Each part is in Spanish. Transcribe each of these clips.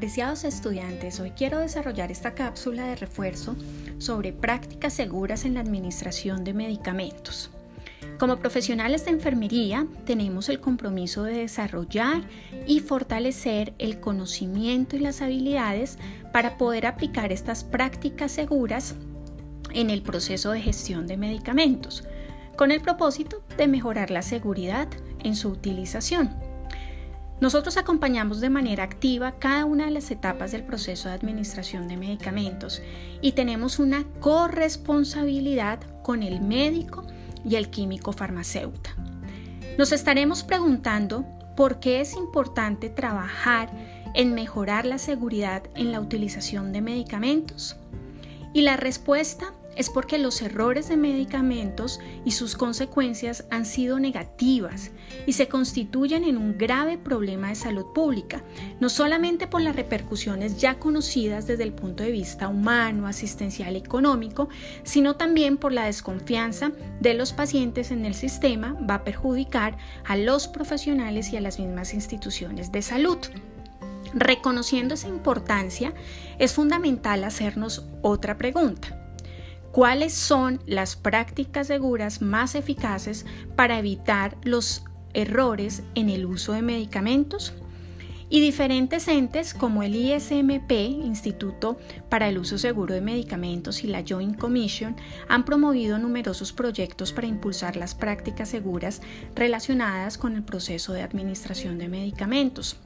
Apreciados estudiantes, hoy quiero desarrollar esta cápsula de refuerzo sobre prácticas seguras en la administración de medicamentos. Como profesionales de enfermería, tenemos el compromiso de desarrollar y fortalecer el conocimiento y las habilidades para poder aplicar estas prácticas seguras en el proceso de gestión de medicamentos, con el propósito de mejorar la seguridad en su utilización. Nosotros acompañamos de manera activa cada una de las etapas del proceso de administración de medicamentos y tenemos una corresponsabilidad con el médico y el químico farmacéutico. Nos estaremos preguntando por qué es importante trabajar en mejorar la seguridad en la utilización de medicamentos. Y la respuesta es porque los errores de medicamentos y sus consecuencias han sido negativas y se constituyen en un grave problema de salud pública, no solamente por las repercusiones ya conocidas desde el punto de vista humano, asistencial y económico, sino también por la desconfianza de los pacientes en el sistema. Va a perjudicar a los profesionales y a las mismas instituciones de salud. Reconociendo esa importancia, es fundamental hacernos otra pregunta. ¿Cuáles son las prácticas seguras más eficaces para evitar los errores en el uso de medicamentos? Y diferentes entes como el ISMP, Instituto para el Uso Seguro de Medicamentos, y la Joint Commission han promovido numerosos proyectos para impulsar las prácticas seguras relacionadas con el proceso de administración de medicamentos.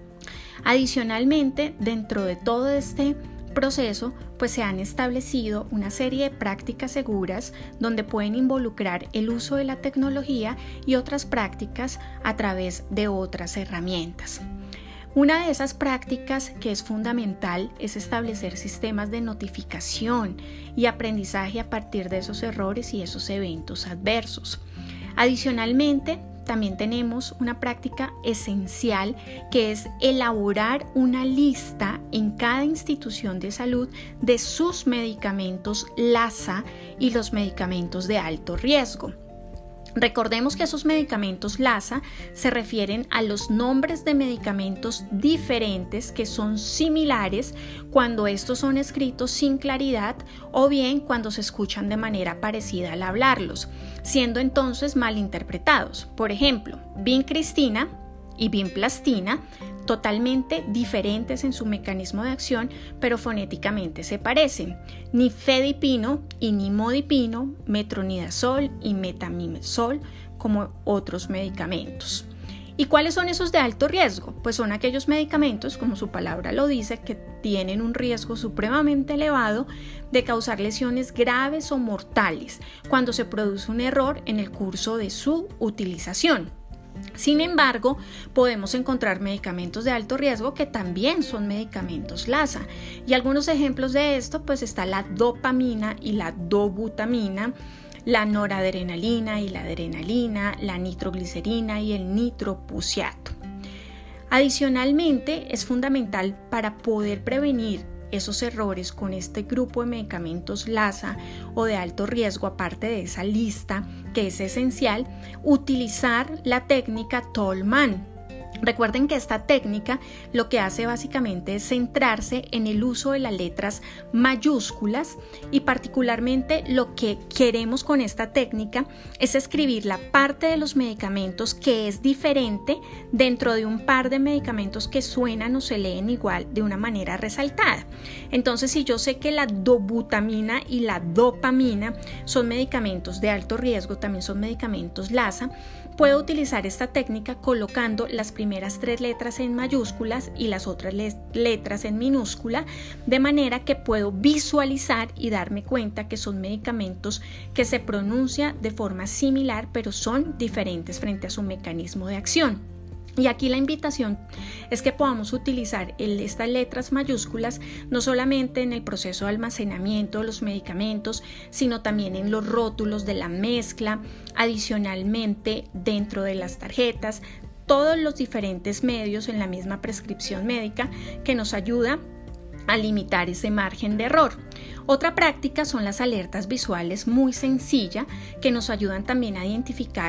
Adicionalmente, dentro de todo este proceso, pues se han establecido una serie de prácticas seguras donde pueden involucrar el uso de la tecnología y otras prácticas a través de otras herramientas. Una de esas prácticas que es fundamental es establecer sistemas de notificación y aprendizaje a partir de esos errores y esos eventos adversos. Adicionalmente, también tenemos una práctica esencial que es elaborar una lista en cada institución de salud de sus medicamentos LASA y los medicamentos de alto riesgo. Recordemos que esos medicamentos LASA se refieren a los nombres de medicamentos diferentes que son similares cuando estos son escritos sin claridad o bien cuando se escuchan de manera parecida al hablarlos, siendo entonces malinterpretados. Por ejemplo, vincristina y vinplastina, totalmente diferentes en su mecanismo de acción, pero fonéticamente se parecen. Nifedipino y nimodipino, metronidazol y metamimezol, como otros medicamentos. ¿Y cuáles son esos de alto riesgo? Pues son aquellos medicamentos, como su palabra lo dice, que tienen un riesgo supremamente elevado de causar lesiones graves o mortales cuando se produce un error en el curso de su utilización. Sin embargo, podemos encontrar medicamentos de alto riesgo que también son medicamentos LASA. Y algunos ejemplos de esto, pues está la dopamina y la dobutamina, la noradrenalina y la adrenalina, la nitroglicerina y el nitroprusiato. Adicionalmente, es fundamental para poder prevenir esos errores con este grupo de medicamentos LASA o de alto riesgo, aparte de esa lista que es esencial, utilizar la técnica Tolman. Recuerden que esta técnica lo que hace básicamente es centrarse en el uso de las letras mayúsculas y particularmente lo que queremos con esta técnica es escribir la parte de los medicamentos que es diferente dentro de un par de medicamentos que suenan o se leen igual de una manera resaltada. Entonces, si yo sé que la dobutamina y la dopamina son medicamentos de alto riesgo, también son medicamentos LASA, puedo utilizar esta técnica colocando las primeras 3 letras en mayúsculas y las otras letras en minúscula, de manera que puedo visualizar y darme cuenta que son medicamentos que se pronuncian de forma similar, pero son diferentes frente a su mecanismo de acción. Y aquí la invitación es que podamos utilizar estas letras mayúsculas no solamente en el proceso de almacenamiento de los medicamentos, sino también en los rótulos de la mezcla, adicionalmente dentro de las tarjetas, todos los diferentes medios en la misma prescripción médica que nos ayuda a limitar ese margen de error. Otra práctica son las alertas visuales muy sencilla que nos ayudan también a identificar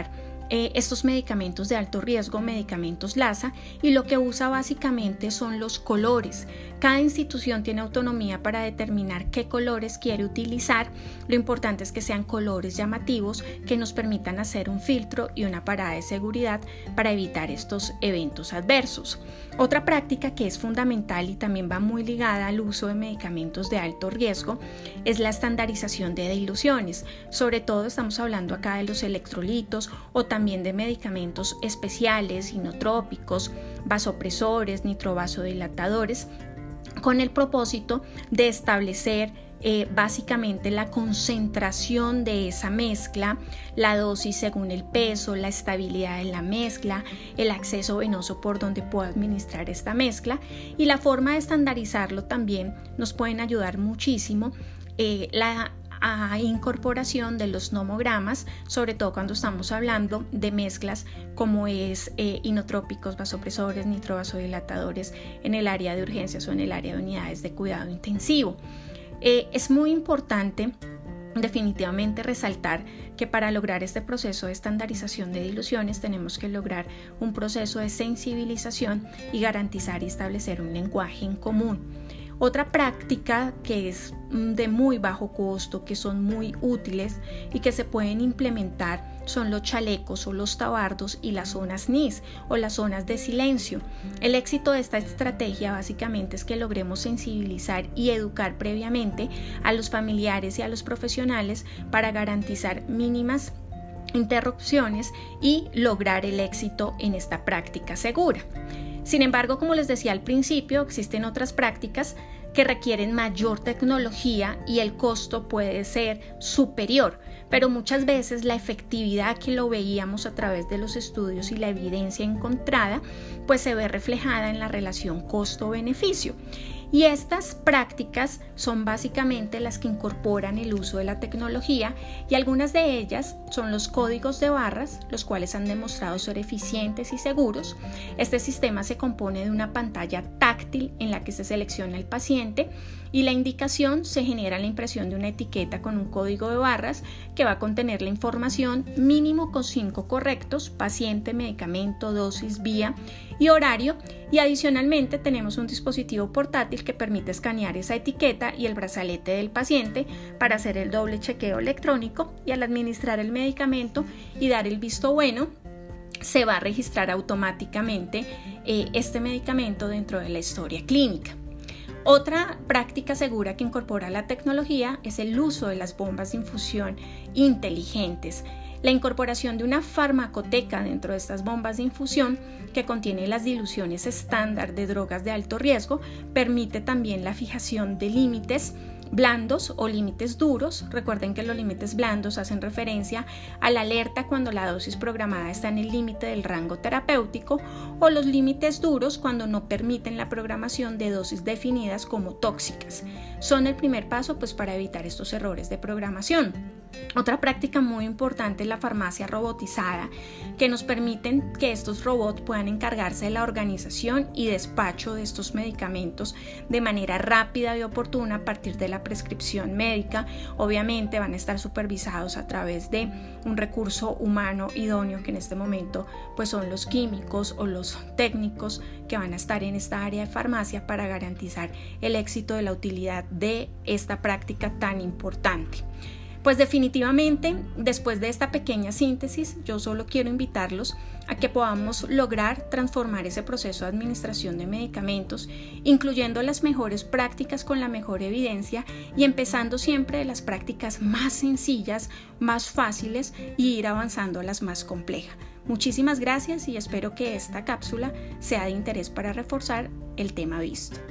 estos medicamentos de alto riesgo, medicamentos LASA, y lo que usa básicamente son los colores. Cada institución tiene autonomía para determinar qué colores quiere utilizar. Lo importante es que sean colores llamativos que nos permitan hacer un filtro y una parada de seguridad para evitar estos eventos adversos. Otra práctica que es fundamental y también va muy ligada al uso de medicamentos de alto riesgo es la estandarización de diluciones. Sobre todo estamos hablando acá de los electrolitos o también de medicamentos especiales, inotrópicos, vasopresores, nitrovasodilatadores, con el propósito de establecer básicamente la concentración de esa mezcla, la dosis según el peso, la estabilidad de la mezcla, el acceso venoso por donde puedo administrar esta mezcla, y la forma de estandarizarlo también nos pueden ayudar muchísimo la incorporación de los nomogramas, sobre todo cuando estamos hablando de mezclas como es inotrópicos, vasopresores, nitrovasodilatadores en el área de urgencias o en el área de unidades de cuidado intensivo. Es muy importante definitivamente resaltar que para lograr este proceso de estandarización de diluciones tenemos que lograr un proceso de sensibilización y garantizar y establecer un lenguaje en común. Otra práctica que es de muy bajo costo, que son muy útiles y que se pueden implementar son los chalecos o los tabardos y las zonas NIS o las zonas de silencio. El éxito de esta estrategia básicamente es que logremos sensibilizar y educar previamente a los familiares y a los profesionales para garantizar mínimas interrupciones y lograr el éxito en esta práctica segura. Sin embargo, como les decía al principio, existen otras prácticas que requieren mayor tecnología y el costo puede ser superior, pero muchas veces la efectividad que lo veíamos a través de los estudios y la evidencia encontrada, pues se ve reflejada en la relación costo-beneficio. Y estas prácticas son básicamente las que incorporan el uso de la tecnología, y algunas de ellas son los códigos de barras, los cuales han demostrado ser eficientes y seguros. Este sistema se compone de una pantalla táctil en la que se selecciona el paciente y la indicación se genera la impresión de una etiqueta con un código de barras que va a contener la información mínimo con 5 correctos: paciente, medicamento, dosis, vía y horario, y adicionalmente tenemos un dispositivo portátil que permite escanear esa etiqueta y el brazalete del paciente para hacer el doble chequeo electrónico, y al administrar el medicamento y dar el visto bueno se va a registrar automáticamente este medicamento dentro de la historia clínica. Otra práctica segura que incorpora la tecnología es el uso de las bombas de infusión inteligentes. La incorporación de una farmacoteca dentro de estas bombas de infusión que contiene las diluciones estándar de drogas de alto riesgo permite también la fijación de límites blandos o límites duros. Recuerden que los límites blandos hacen referencia a la alerta cuando la dosis programada está en el límite del rango terapéutico, o los límites duros cuando no permiten la programación de dosis definidas como tóxicas. Son el primer paso para evitar estos errores de programación. Otra práctica muy importante es la farmacia robotizada, que nos permiten que estos robots puedan encargarse de la organización y despacho de estos medicamentos de manera rápida y oportuna a partir de la prescripción médica. Obviamente van a estar supervisados a través de un recurso humano idóneo, que en este momento son los químicos o los técnicos que van a estar en esta área de farmacia para garantizar el éxito de la utilidad de esta práctica tan importante. Pues definitivamente, después de esta pequeña síntesis, yo solo quiero invitarlos a que podamos lograr transformar ese proceso de administración de medicamentos, incluyendo las mejores prácticas con la mejor evidencia y empezando siempre de las prácticas más sencillas, más fáciles, y ir avanzando a las más complejas. Muchísimas gracias y espero que esta cápsula sea de interés para reforzar el tema visto.